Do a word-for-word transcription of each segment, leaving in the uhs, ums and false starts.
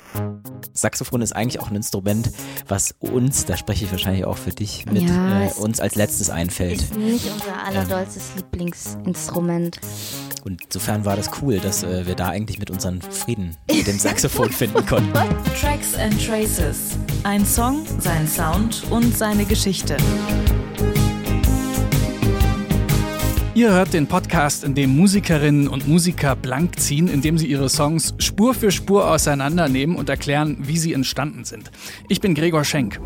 Saxophon ist eigentlich auch ein Instrument, was uns, da spreche ich wahrscheinlich auch für dich, mit ja, äh, uns als letztes einfällt. Ist nicht unser allerdollstes ähm. Lieblingsinstrument. Und insofern war das cool, dass äh, wir da eigentlich mit unseren Frieden mit dem Saxophon finden konnten. Tracks and Traces. Ein Song, sein Sound und seine Geschichte. Ihr hört den Podcast, in dem Musikerinnen und Musiker blank ziehen, indem sie ihre Songs Spur für Spur auseinandernehmen und erklären, wie sie entstanden sind. Ich bin Gregor Schenk.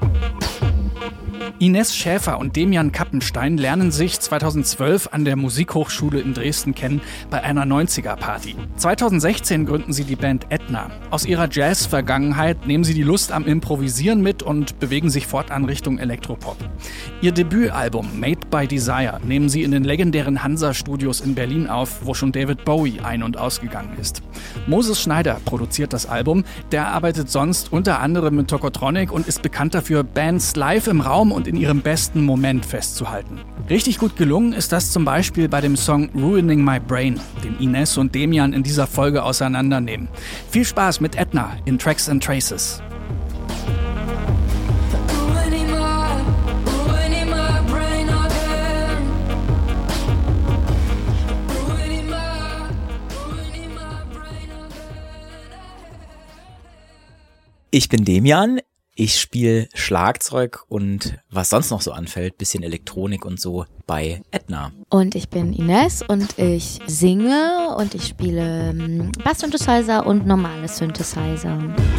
Ines Schäfer und Demian Kappenstein lernen sich zweitausendzwölf an der Musikhochschule in Dresden kennen bei einer neunziger-Party. zweitausendsechzehn gründen sie die Band Edna. Aus ihrer Jazz-Vergangenheit nehmen sie die Lust am Improvisieren mit und bewegen sich fortan Richtung Elektropop. Ihr Debütalbum Made by Desire nehmen sie in den legendären Hansa-Studios in Berlin auf, wo schon David Bowie ein- und ausgegangen ist. Moses Schneider produziert das Album. Der arbeitet sonst unter anderem mit Tokotronic und ist bekannt dafür, Bands live im Raum und in ihrem besten Moment festzuhalten. Richtig gut gelungen ist das zum Beispiel bei dem Song Ruining My Brain, den Ines und Demian in dieser Folge auseinandernehmen. Viel Spaß mit Edna in Tracks and Traces. Ich bin Demian. Ich spiele Schlagzeug und was sonst noch so anfällt, bisschen Elektronik und so bei Edna. Und ich bin Ines und ich singe und ich spiele Bass-Synthesizer und normale Synthesizer.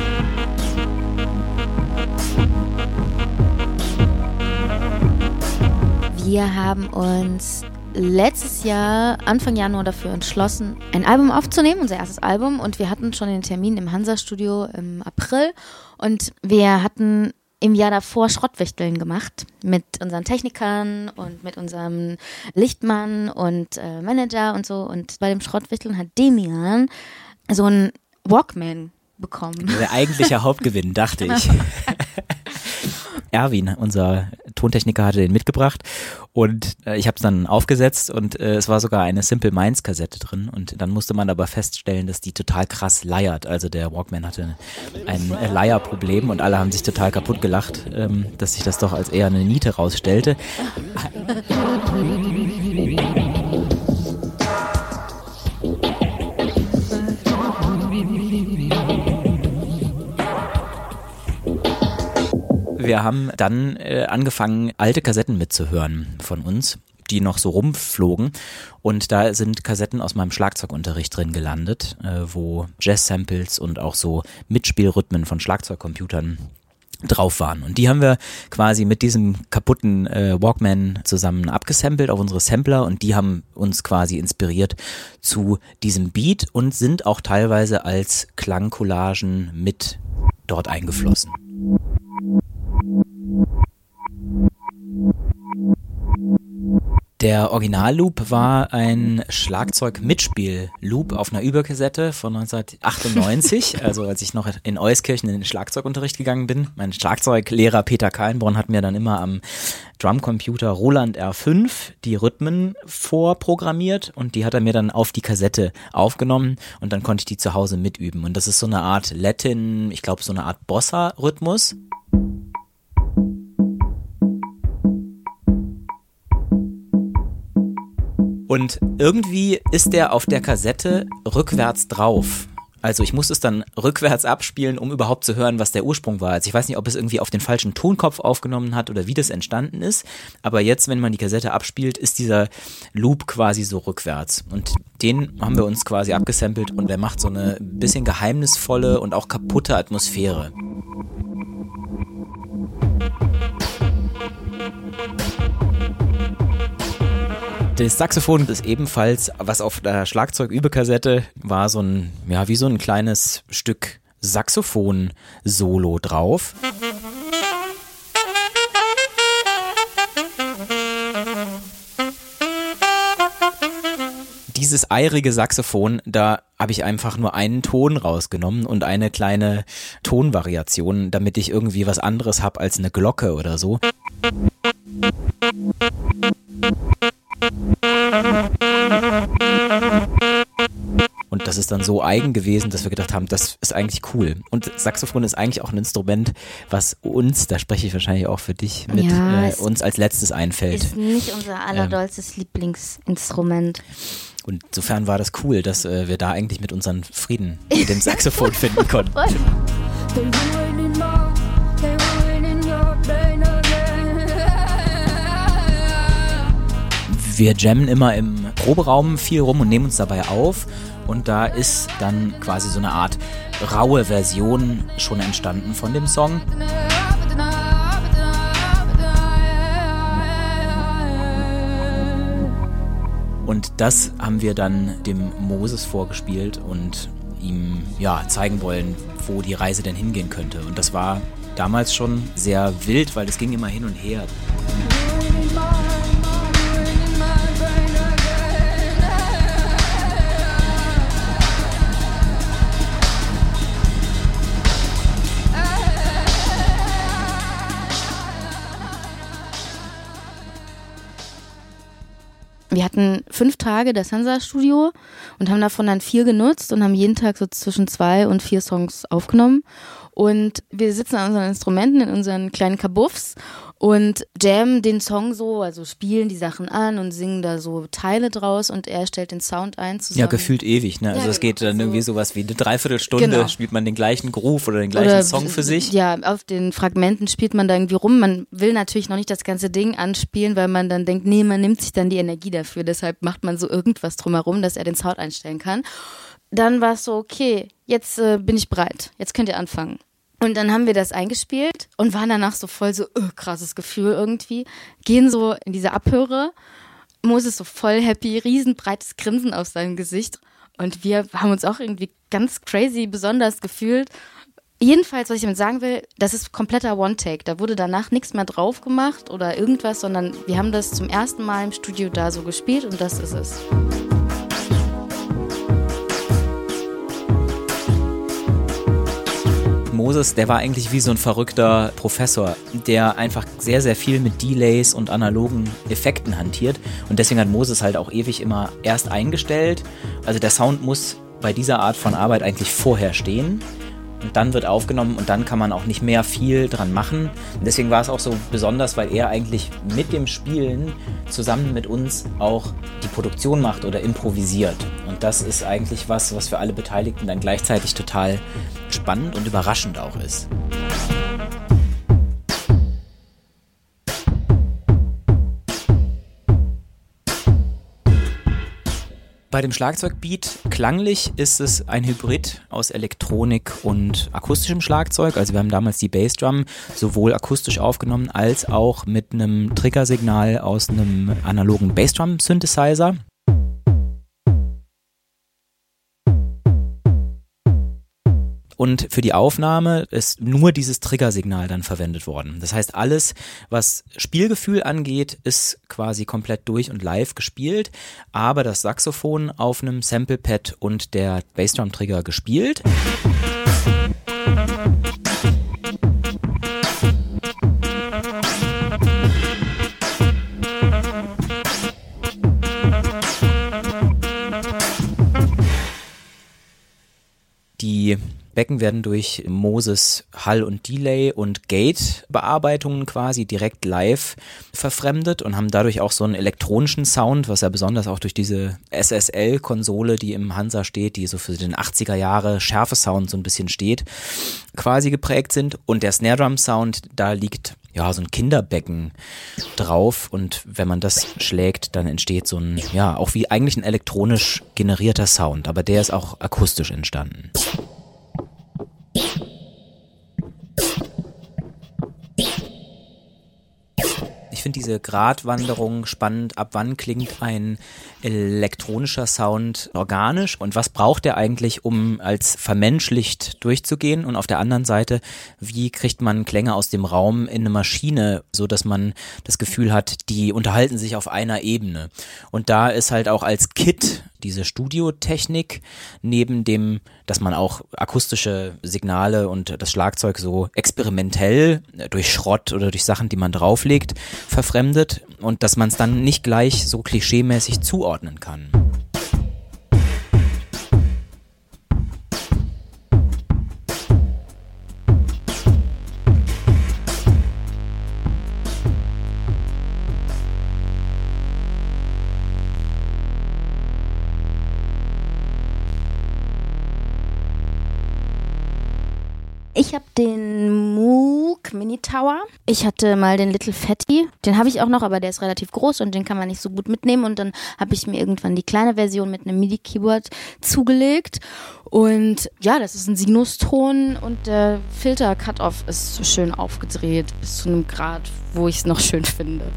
Wir haben uns letztes Jahr, Anfang Januar, dafür entschlossen, ein Album aufzunehmen, unser erstes Album. Und wir hatten schon den Termin im Hansa-Studio im April. Und wir hatten im Jahr davor Schrottwichteln gemacht mit unseren Technikern und mit unserem Lichtmann und äh, Manager und so. Und bei dem Schrottwichteln hat Demian so einen Walkman bekommen. Der eigentliche Hauptgewinn, dachte ich. Erwin, unser Tontechniker, hatte den mitgebracht und äh, ich habe es dann aufgesetzt und äh, es war sogar eine Simple Minds Kassette drin und dann musste man aber feststellen, dass die total krass leiert. Also der Walkman hatte ein äh, Leierproblem und alle haben sich total kaputt gelacht, ähm, dass sich das doch als eher eine Niete rausstellte. Wir haben dann äh, angefangen, alte Kassetten mitzuhören von uns, die noch so rumflogen. Und da sind Kassetten aus meinem Schlagzeugunterricht drin gelandet, äh, wo Jazz-Samples und auch so Mitspielrhythmen von Schlagzeugcomputern drauf waren. Und die haben wir quasi mit diesem kaputten äh, Walkman zusammen abgesampelt auf unsere Sampler und die haben uns quasi inspiriert zu diesem Beat und sind auch teilweise als Klangcollagen mit dort eingeflossen. Der Originalloop war ein Schlagzeug-Mitspiel-Loop auf einer Überkassette von neunzehnhundertachtundneunzig, also als ich noch in Euskirchen in den Schlagzeugunterricht gegangen bin. Mein Schlagzeuglehrer Peter Kallenborn hat mir dann immer am Drumcomputer Roland R fünf die Rhythmen vorprogrammiert und die hat er mir dann auf die Kassette aufgenommen und dann konnte ich die zu Hause mitüben. Und das ist so eine Art Latin, ich glaube so eine Art Bossa-Rhythmus. Und irgendwie ist der auf der Kassette rückwärts drauf. Also ich muss es dann rückwärts abspielen, um überhaupt zu hören, was der Ursprung war. Also ich weiß nicht, ob es irgendwie auf den falschen Tonkopf aufgenommen hat oder wie das entstanden ist. Aber jetzt, wenn man die Kassette abspielt, ist dieser Loop quasi so rückwärts. Und den haben wir uns quasi abgesampelt und der macht so eine bisschen geheimnisvolle und auch kaputte Atmosphäre. Das Saxophon ist ebenfalls, was auf der Schlagzeugübekassette war, so ein, ja, wie so ein kleines Stück Saxophon-Solo drauf. Dieses eirige Saxophon, da habe ich einfach nur einen Ton rausgenommen und eine kleine Tonvariation, damit ich irgendwie was anderes habe als eine Glocke oder so. Und das ist ist dann so eigen gewesen, dass wir gedacht haben, das ist eigentlich cool. Und Saxophon ist eigentlich auch ein Instrument, was uns, da spreche ich wahrscheinlich auch für dich, mit ja, äh, uns als letztes einfällt. Ist nicht unser allerdollstes ähm, Lieblingsinstrument. Und insofern war das cool, dass äh, wir da eigentlich mit unseren Frieden mit dem Saxophon finden konnten. Wir jammen immer im Proberaum viel rum und nehmen uns dabei auf und da ist dann quasi so eine Art raue Version schon entstanden von dem Song. Und das haben wir dann dem Moses vorgespielt und ihm ja zeigen wollen, wo die Reise denn hingehen könnte. Und das war damals schon sehr wild, weil das ging immer hin und her. Wir hatten fünf Tage das Hansa-Studio und haben davon dann vier genutzt und haben jeden Tag so zwischen zwei und vier Songs aufgenommen. Und wir sitzen an unseren Instrumenten in unseren kleinen Kabuffs und jammen den Song so, also spielen die Sachen an und singen da so Teile draus und er stellt den Sound ein zusammen. Ja, gefühlt ewig, ne? Also ja, es geht dann so irgendwie sowas wie eine Dreiviertelstunde, genau. Spielt man den gleichen Groove oder den gleichen oder, Song für sich. Ja, auf den Fragmenten spielt man da irgendwie rum. Man will natürlich noch nicht das ganze Ding anspielen, weil man dann denkt, nee, man nimmt sich dann die Energie dafür. Deshalb macht man so irgendwas drumherum, dass er den Sound einstellen kann. Dann war es so, okay, jetzt äh, bin ich bereit, jetzt könnt ihr anfangen. Und dann haben wir das eingespielt und waren danach so voll so, oh, krasses Gefühl irgendwie. Gehen so in diese Abhöre, Moses so voll happy, riesenbreites Grinsen auf seinem Gesicht. Und wir haben uns auch irgendwie ganz crazy besonders gefühlt. Jedenfalls, was ich damit sagen will, das ist kompletter One-Take. Da wurde danach nichts mehr drauf gemacht oder irgendwas, sondern wir haben das zum ersten Mal im Studio da so gespielt und das ist es. Moses, der war eigentlich wie so ein verrückter Professor, der einfach sehr, sehr viel mit Delays und analogen Effekten hantiert. Und deswegen hat Moses halt auch ewig immer erst eingestellt. Also der Sound muss bei dieser Art von Arbeit eigentlich vorher stehen. Und dann wird aufgenommen und dann kann man auch nicht mehr viel dran machen. Und deswegen war es auch so besonders, weil er eigentlich mit dem Spielen zusammen mit uns auch die Produktion macht oder improvisiert. Und das ist eigentlich was, was für alle Beteiligten dann gleichzeitig total spannend und überraschend auch ist. Bei dem Schlagzeugbeat klanglich ist es ein Hybrid aus Elektronik und akustischem Schlagzeug. Also wir haben damals die Bassdrum sowohl akustisch aufgenommen als auch mit einem Triggersignal aus einem analogen Bassdrum-Synthesizer. Und für die Aufnahme ist nur dieses Triggersignal dann verwendet worden. Das heißt, alles, was Spielgefühl angeht, ist quasi komplett durch und live gespielt, aber das Saxophon auf einem Samplepad und der Bassdrum-Trigger gespielt. Die Becken werden durch Moses Hall- und Delay- und Gate-Bearbeitungen quasi direkt live verfremdet und haben dadurch auch so einen elektronischen Sound, was ja besonders auch durch diese S S L-Konsole, die im Hansa steht, die so für den achtziger Jahre Schärfe-Sound so ein bisschen steht, quasi geprägt sind. Und der Snare-Drum-Sound, da liegt ja so ein Kinderbecken drauf und wenn man das schlägt, dann entsteht so ein, ja, auch wie eigentlich ein elektronisch generierter Sound, aber der ist auch akustisch entstanden. Ich finde diese Gratwanderung spannend. Ab wann klingt ein elektronischer Sound organisch und was braucht der eigentlich, um als vermenschlicht durchzugehen? Und auf der anderen Seite, wie kriegt man Klänge aus dem Raum in eine Maschine, so dass man das Gefühl hat, die unterhalten sich auf einer Ebene? Und da ist halt auch als Kit diese Studiotechnik neben dem, dass man auch akustische Signale und das Schlagzeug so experimentell durch Schrott oder durch Sachen, die man drauflegt, verfremdet und dass man es dann nicht gleich so klischeemäßig zuordnen kann. Ich habe den Moog Mini Tower. Ich hatte mal den Little Fatty. Den habe ich auch noch, aber der ist relativ groß und den kann man nicht so gut mitnehmen. Und dann habe ich mir irgendwann die kleine Version mit einem MIDI-Keyboard zugelegt. Und ja, das ist ein Sinuston und der Filter-Cut-Off ist schön aufgedreht bis zu einem Grad, wo ich es noch schön finde.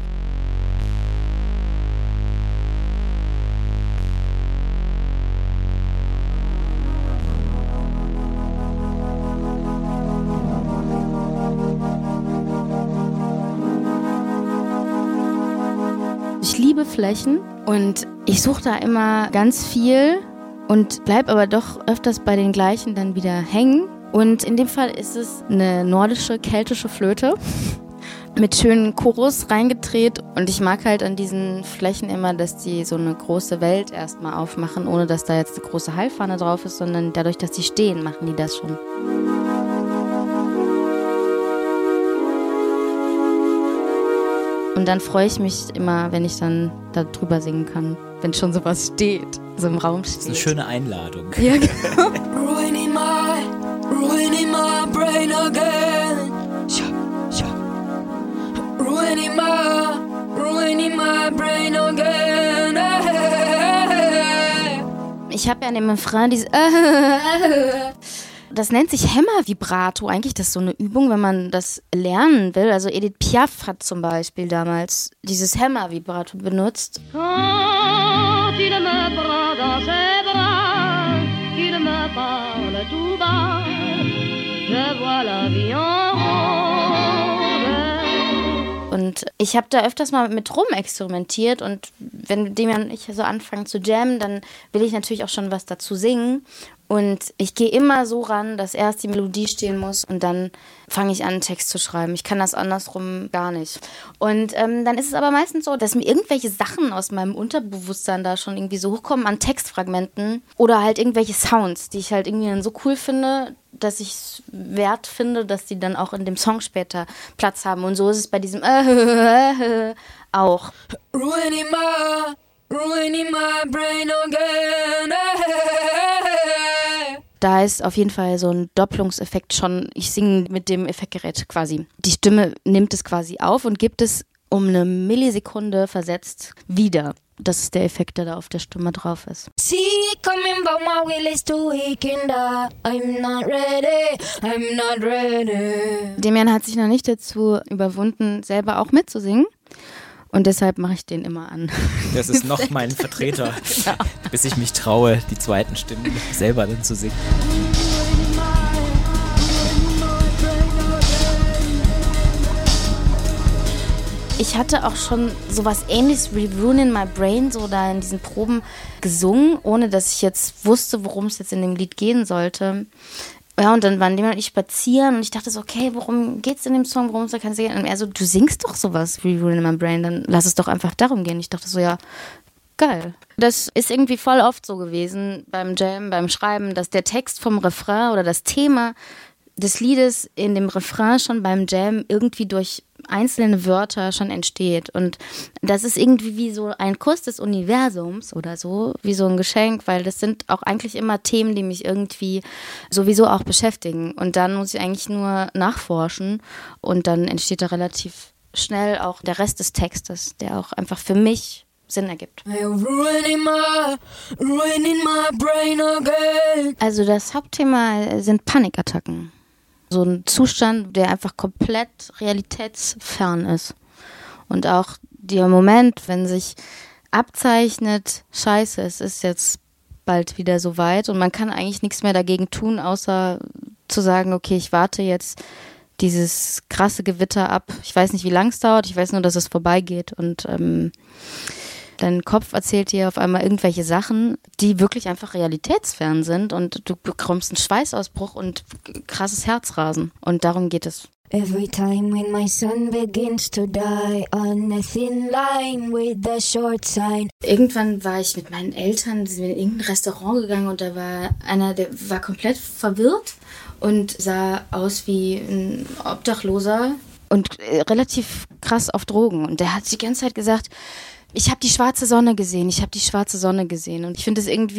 Ich liebe Flächen und ich suche da immer ganz viel und bleib aber doch öfters bei den gleichen dann wieder hängen. Und in dem Fall ist es eine nordische, keltische Flöte mit schönen Chorus reingedreht. Und ich mag halt an diesen Flächen immer, dass die so eine große Welt erstmal aufmachen, ohne dass da jetzt eine große Heilfahne drauf ist, sondern dadurch, dass die stehen, machen die das schon. Und dann freue ich mich immer, wenn ich dann da drüber singen kann, wenn schon sowas steht, so im Raum steht. Das ist eine schöne Einladung. Ja, genau. Ruining my, ruining my brain again. Ruining my, ruining my brain again. Ich habe ja in dem Refrain dieses das nennt sich Hämmervibrato. Eigentlich das ist so eine Übung, wenn man das lernen will. Also Edith Piaf hat zum Beispiel damals dieses Hämmervibrato benutzt. Quand il me prend dans ses bras, qu'il me parle tout bas, je vois la vie en rose. Und ich habe da öfters mal mit rum experimentiert und wenn Demian und ich so anfangen zu jammen, dann will ich natürlich auch schon was dazu singen. Und ich gehe immer so ran, dass erst die Melodie stehen muss und dann fange ich an, einen Text zu schreiben. Ich kann das andersrum gar nicht. Und ähm, dann ist es aber meistens so, dass mir irgendwelche Sachen aus meinem Unterbewusstsein da schon irgendwie so hochkommen an Textfragmenten oder halt irgendwelche Sounds, die ich halt irgendwie dann so cool finde, dass ich es wert finde, dass die dann auch in dem Song später Platz haben. Und so ist es bei diesem äh, auch. Ruining my, ruining my brain again. Da ist auf jeden Fall so ein Doppelungseffekt schon. Ich singe mit dem Effektgerät quasi. Die Stimme nimmt es quasi auf und gibt es um eine Millisekunde versetzt wieder. Das ist der Effekt, der da auf der Stimme drauf ist. See it coming, but my will is too weak and I'm not ready, I'm not ready. Demian hat sich noch nicht dazu überwunden, selber auch mitzusingen. Und deshalb mache ich den immer an. Das ist noch mein Vertreter, ja. Bis ich mich traue, die zweiten Stimmen selber dann zu singen. Ich hatte auch schon sowas Ähnliches wie Ruining My Brain so da in diesen Proben gesungen, ohne dass ich jetzt wusste, worum es jetzt in dem Lied gehen sollte. Ja, und dann waren die und ich spazieren und ich dachte so, okay, worum geht's in dem Song, worum es da kann es gehen? Und er so, du singst doch sowas wie Ruining My Brain, dann lass es doch einfach darum gehen. Ich dachte so, ja, geil. Das ist irgendwie voll oft so gewesen beim Jam, beim Schreiben, dass der Text vom Refrain oder das Thema des Liedes in dem Refrain schon beim Jam irgendwie durch einzelne Wörter schon entsteht. Und das ist irgendwie wie so ein Kuss des Universums oder so, wie so ein Geschenk, weil das sind auch eigentlich immer Themen, die mich irgendwie sowieso auch beschäftigen. Und dann muss ich eigentlich nur nachforschen und dann entsteht da relativ schnell auch der Rest des Textes, der auch einfach für mich Sinn ergibt. Ruining my, ruining my brain again. Also das Hauptthema sind Panikattacken. So ein Zustand, der einfach komplett realitätsfern ist. Und auch der Moment, wenn sich abzeichnet, scheiße, es ist jetzt bald wieder soweit und man kann eigentlich nichts mehr dagegen tun, außer zu sagen, okay, ich warte jetzt dieses krasse Gewitter ab. Ich weiß nicht, wie lang es dauert, ich weiß nur, dass es vorbeigeht. Und ähm, dein Kopf erzählt dir auf einmal irgendwelche Sachen, die wirklich einfach realitätsfern sind und du bekommst einen Schweißausbruch und krasses Herzrasen. Und darum geht es. Every time when my son begins to die on a thin line with the short sign. Irgendwann war ich mit meinen Eltern sind wir in irgendein Restaurant gegangen und da war einer, der war komplett verwirrt und sah aus wie ein Obdachloser und relativ krass auf Drogen. Und der hat die ganze Zeit gesagt, ich habe die schwarze Sonne gesehen, ich habe die schwarze Sonne gesehen. Und ich finde es irgendwie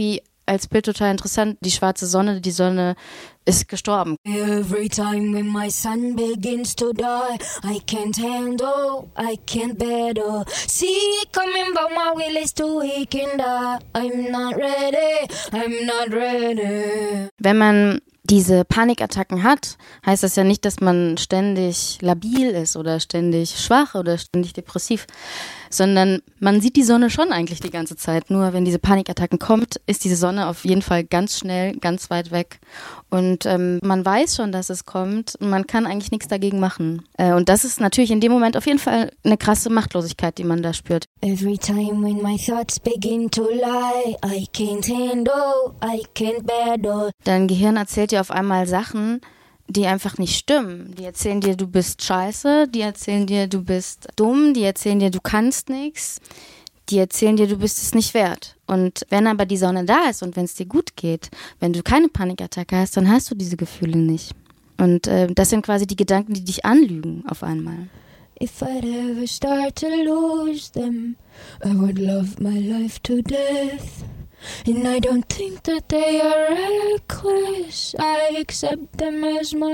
als Bild total interessant. Die schwarze Sonne, die Sonne ist gestorben. Every time when my sun begins to die, I can't handle, I can't bear. See it coming, but my will is too weak and I, I'm not ready, I'm not ready. Wenn man diese Panikattacken hat, heißt das ja nicht, dass man ständig labil ist oder ständig schwach oder ständig depressiv, sondern man sieht die Sonne schon eigentlich die ganze Zeit. Nur wenn diese Panikattacken kommt, ist diese Sonne auf jeden Fall ganz schnell, ganz weit weg. Und ähm, man weiß schon, dass es kommt und man kann eigentlich nichts dagegen machen. Äh, und das ist natürlich in dem Moment auf jeden Fall eine krasse Machtlosigkeit, die man da spürt. Every time when my thoughts begin to lie, I can't handle, I can't bear. Dein Gehirn erzählt dir auf einmal Sachen, die einfach nicht stimmen. Die erzählen dir, du bist scheiße, die erzählen dir, du bist dumm, die erzählen dir, du kannst nichts, die erzählen dir, du bist es nicht wert. Und wenn aber die Sonne da ist und wenn es dir gut geht, wenn du keine Panikattacke hast, dann hast du diese Gefühle nicht. Und äh, das sind quasi die Gedanken, die dich anlügen auf einmal. If I'd ever start to lose them, I would love my life to death. And I don't think that they are reckless. I accept them as my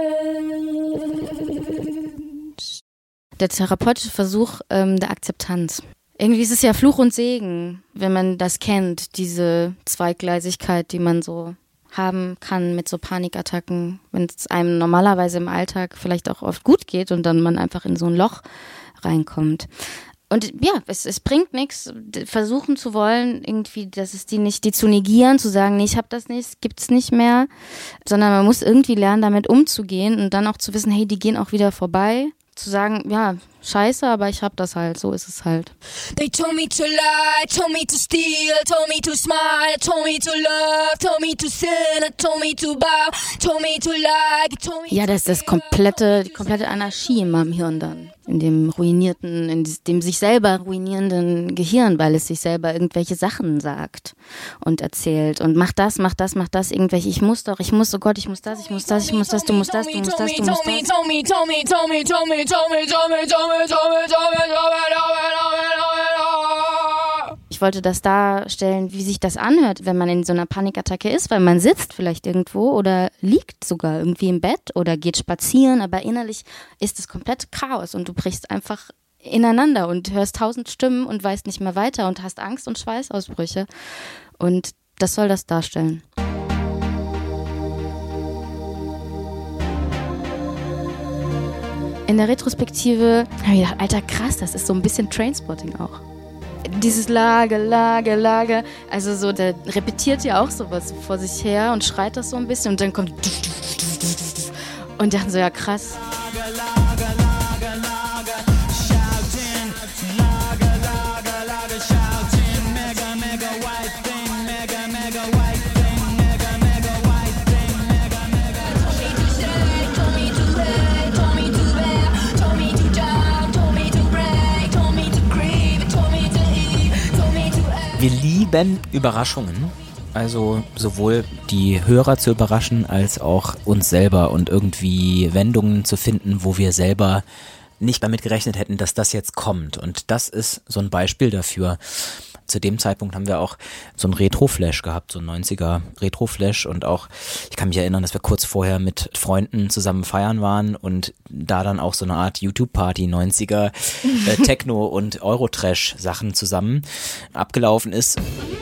friends. Der therapeutische Versuch ähm, der Akzeptanz. Irgendwie ist es ja Fluch und Segen, wenn man das kennt, diese Zweigleisigkeit, die man so haben kann mit so Panikattacken, wenn es einem normalerweise im Alltag vielleicht auch oft gut geht und dann man einfach in so ein Loch reinkommt. Und ja, es, es bringt nichts, versuchen zu wollen, irgendwie, dass es die nicht, die zu negieren, zu sagen, nee, ich hab das nicht, gibt's nicht mehr, sondern man muss irgendwie lernen, damit umzugehen und dann auch zu wissen, hey, die gehen auch wieder vorbei. Zu sagen, ja, scheiße, aber ich hab das halt, so ist es halt. They told me to lie, told me to steal, told me to smile, told me to love, told me to sin, told me to bow, told me to lie, told me. Ja, das ist das komplette, die komplette Anarchie in meinem Hirn dann. In dem ruinierten, in dem sich selber ruinierenden Gehirn, weil es sich selber irgendwelche Sachen sagt und erzählt und mach das, mach das, mach das, irgendwelche, ich muss doch, ich muss, oh Gott, ich muss das, ich muss das, ich muss das, du musst das, du musst das, du musst das. Ich wollte das darstellen, wie sich das anhört, wenn man in so einer Panikattacke ist, weil man sitzt vielleicht irgendwo oder liegt sogar irgendwie im Bett oder geht spazieren, aber innerlich ist es komplett Chaos und du brichst einfach ineinander und hörst tausend Stimmen und weißt nicht mehr weiter und hast Angst und Schweißausbrüche. Und das soll das darstellen. In der Retrospektive habe ich gedacht, Alter, krass, das ist so ein bisschen Trainspotting auch. Dieses Lage, Lage, Lage, also so, der repetiert ja auch sowas vor sich her und schreit das so ein bisschen und dann kommt und dachten so, ja krass. Wir lieben Überraschungen, also sowohl die Hörer zu überraschen, als auch uns selber und irgendwie Wendungen zu finden, wo wir selber nicht damit gerechnet hätten, dass das jetzt kommt. Und das ist so ein Beispiel dafür. Zu dem Zeitpunkt haben wir auch so einen Retro-Flash gehabt, so einen neunziger Retro-Flash und auch, ich kann mich erinnern, dass wir kurz vorher mit Freunden zusammen feiern waren und da dann auch so eine Art YouTube-Party neunziger äh, Techno- und Eurotrash-Sachen zusammen abgelaufen ist.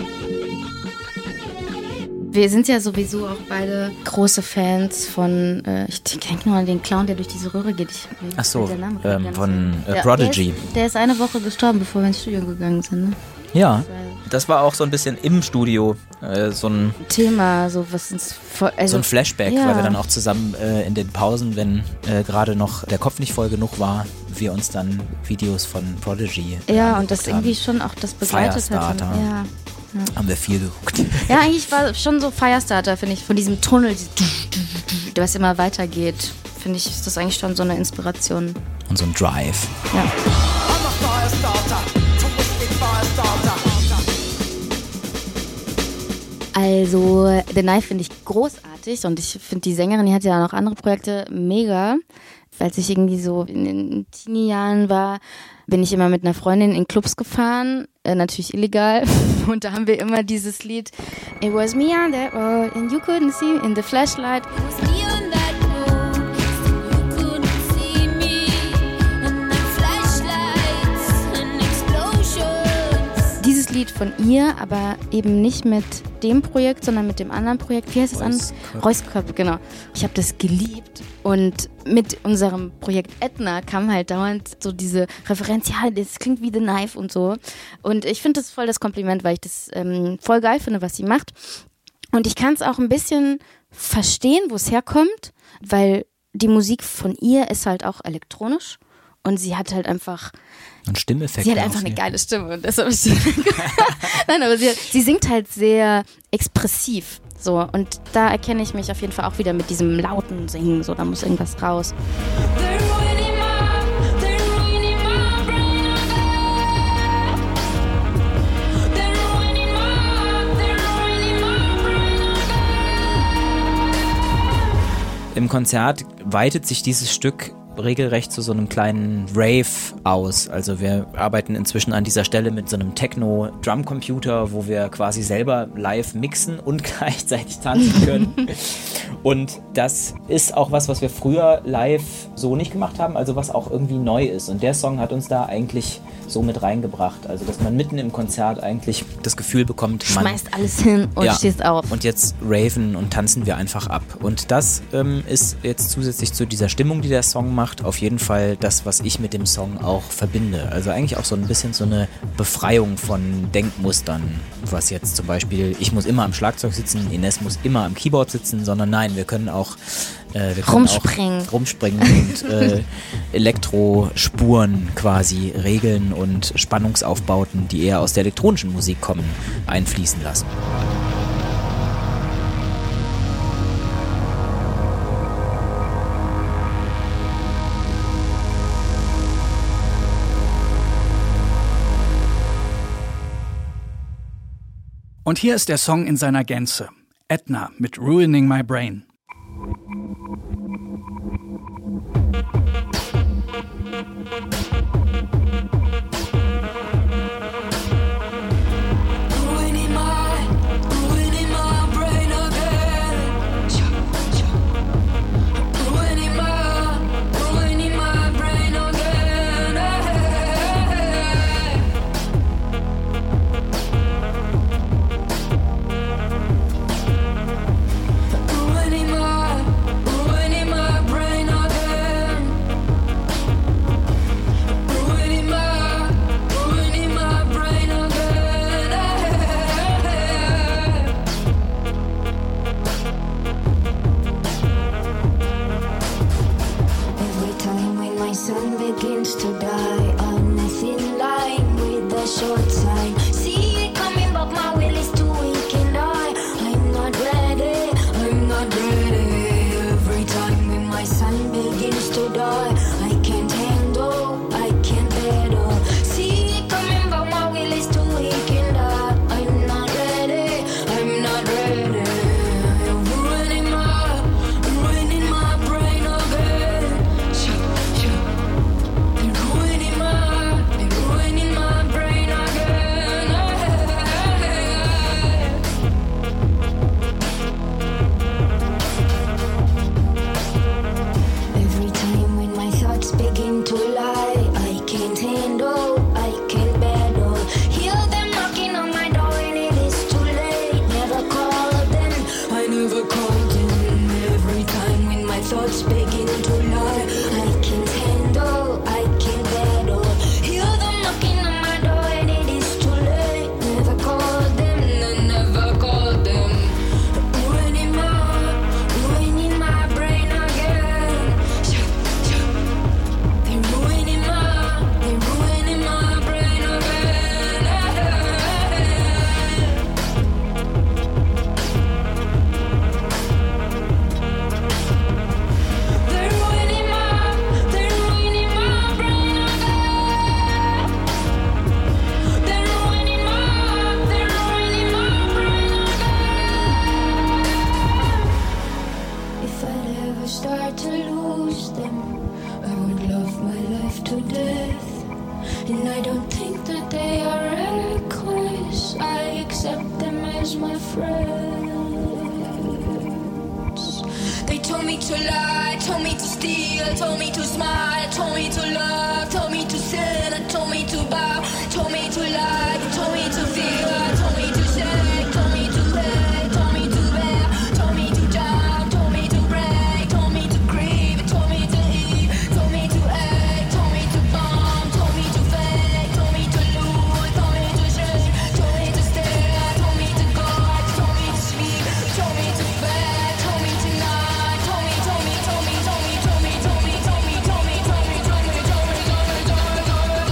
Wir sind ja sowieso auch beide große Fans von, äh, ich denke nur an den Clown, der durch diese Röhre geht. Ich, Ach so, ähm, von äh, der, Prodigy. Der ist, der ist eine Woche gestorben, bevor wir ins Studio gegangen sind, ne? Ja, das war auch so ein bisschen im Studio äh, so ein Thema, so was uns voll, also, so ein Flashback, ja. weil wir dann auch zusammen äh, in den Pausen, wenn äh, gerade noch der Kopf nicht voll genug war, wir uns dann Videos von Prodigy ja, und das haben. irgendwie schon auch das begleitet hat. Firestarter. Ja. Ja. Haben wir viel geguckt. Ja, eigentlich war schon so Firestarter, finde ich, von diesem Tunnel, was immer weitergeht, finde ich, ist das eigentlich schon so eine Inspiration. Und so ein Drive. Ja. Also The Knife finde ich großartig und ich finde die Sängerin, die hat ja noch andere Projekte, mega. als ich irgendwie so in den Teenie-Jahren war, bin ich immer mit einer Freundin in Clubs gefahren, äh, natürlich illegal. Und da haben wir immer dieses Lied It was me on that road and you couldn't see me in the flashlight. It was me on that road and you couldn't see me in the flashlights and explosions. Dieses Lied von ihr, aber eben nicht mit dem Projekt, sondern mit dem anderen Projekt. Wie heißt es an? Reusköp, genau. Ich habe das geliebt und mit unserem Projekt Ätna kam halt dauernd so diese Referenz, ja, das klingt wie The Knife und so. Und ich finde das voll das Kompliment, weil ich das ähm, voll geil finde, was sie macht. Und ich kann es auch ein bisschen verstehen, wo es herkommt, weil die Musik von ihr ist halt auch elektronisch und sie hat halt einfach Und Stimmeffekte. Sie hat einfach eine geile Stimme und deshalb ist sie Nein, aber sie, hat, sie singt halt sehr expressiv. So, und da erkenne ich mich auf jeden Fall auch wieder mit diesem lauten Singen. So, da muss irgendwas raus. Im Konzert weitet sich dieses Stück regelrecht zu so einem kleinen Rave aus. Also wir arbeiten inzwischen an dieser Stelle mit so einem Techno-Drum-Computer, wo wir quasi selber live mixen und gleichzeitig tanzen können. Und das ist auch was, was wir früher live so nicht gemacht haben, also was auch irgendwie neu ist. Und der Song hat uns da eigentlich so mit reingebracht. Also dass man mitten im Konzert eigentlich das Gefühl bekommt, man schmeißt alles hin und ja, stehst auf. Und jetzt raven und tanzen wir einfach ab. Und das ähm, ist jetzt zusätzlich zu dieser Stimmung, die der Song macht, auf jeden Fall das, was ich mit dem Song auch verbinde. Also eigentlich auch so ein bisschen so eine Befreiung von Denkmustern, was jetzt zum Beispiel, ich muss immer am Schlagzeug sitzen, Ines muss immer am Keyboard sitzen, sondern nein, wir können auch äh, wir können rumspringen, auch rumspringen und äh, Elektrospuren quasi regeln und Spannungsaufbauten, die eher aus der elektronischen Musik kommen, einfließen lassen. Und hier ist der Song in seiner Gänze. Ätna mit Ruining My Brain. There ever start to lose them, I would love my life to death. And I don't think that they are reckless, I accept them as my friends. They told me to lie, told me to steal, told me to smile, told me to love, told me to sin, told me to bow, told me to lie, told me to feel, told me to shake, told me to beg, told me to bear, told me to jump, told me to break, told me to grieve, told me to eat, told me to ache, told me to bomb, told me to fake, told me to lose, told me to shake, told me to stare, told me to go, told me to sleep, told me to fake, told me to not, told me, told me, told me, told me, told me, told me, told me, told me, told me, told me, told me, told me, told me, told me,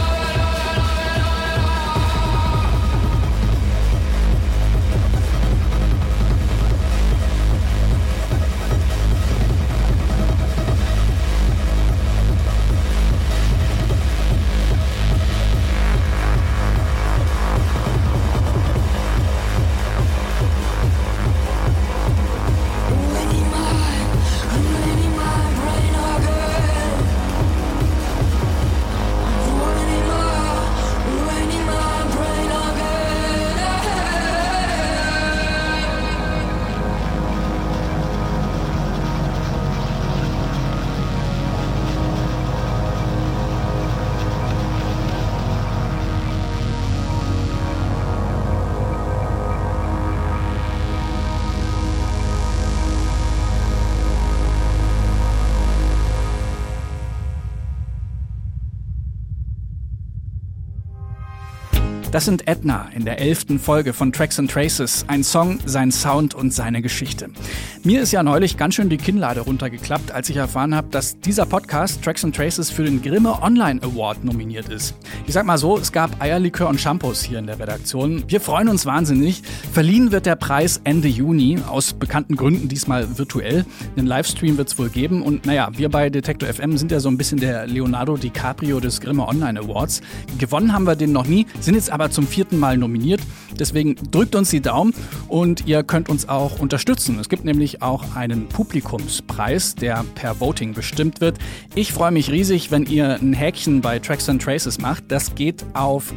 Das sind Edna in der elften Folge von Tracks and Traces. Ein Song, sein Sound und seine Geschichte. Mir ist ja neulich ganz schön die Kinnlade runtergeklappt, als ich erfahren habe, dass dieser Podcast Tracks and Traces für den Grimme Online Award nominiert ist. Ich sag mal so, es gab Eierlikör und Shampoos hier in der Redaktion. Wir freuen uns wahnsinnig. Verliehen wird der Preis Ende Juni, aus bekannten Gründen diesmal virtuell. Den Livestream wird es wohl geben. Und naja, wir bei Detektor F M sind ja so ein bisschen der Leonardo DiCaprio des Grimme Online Awards. Gewonnen haben wir den noch nie, sind jetzt aber zum vierten Mal nominiert. Deswegen drückt uns die Daumen und ihr könnt uns auch unterstützen. Es gibt nämlich auch einen Publikumspreis, der per Voting bestimmt wird. Ich freue mich riesig, wenn ihr ein Häkchen bei Tracks and Traces macht. Das geht auf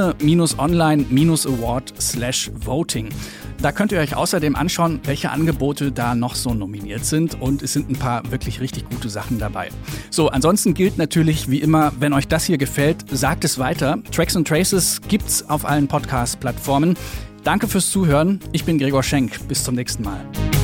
grimme-online-award slash voting. Da könnt ihr euch außerdem anschauen, welche Angebote da noch so nominiert sind, und es sind ein paar wirklich richtig gute Sachen dabei. So, ansonsten gilt natürlich wie immer, wenn euch das hier gefällt, sagt es weiter. Tracks and Traces gibt's auf allen Podcast-Plattformen. Danke fürs Zuhören. Ich bin Gregor Schenk. Bis zum nächsten Mal.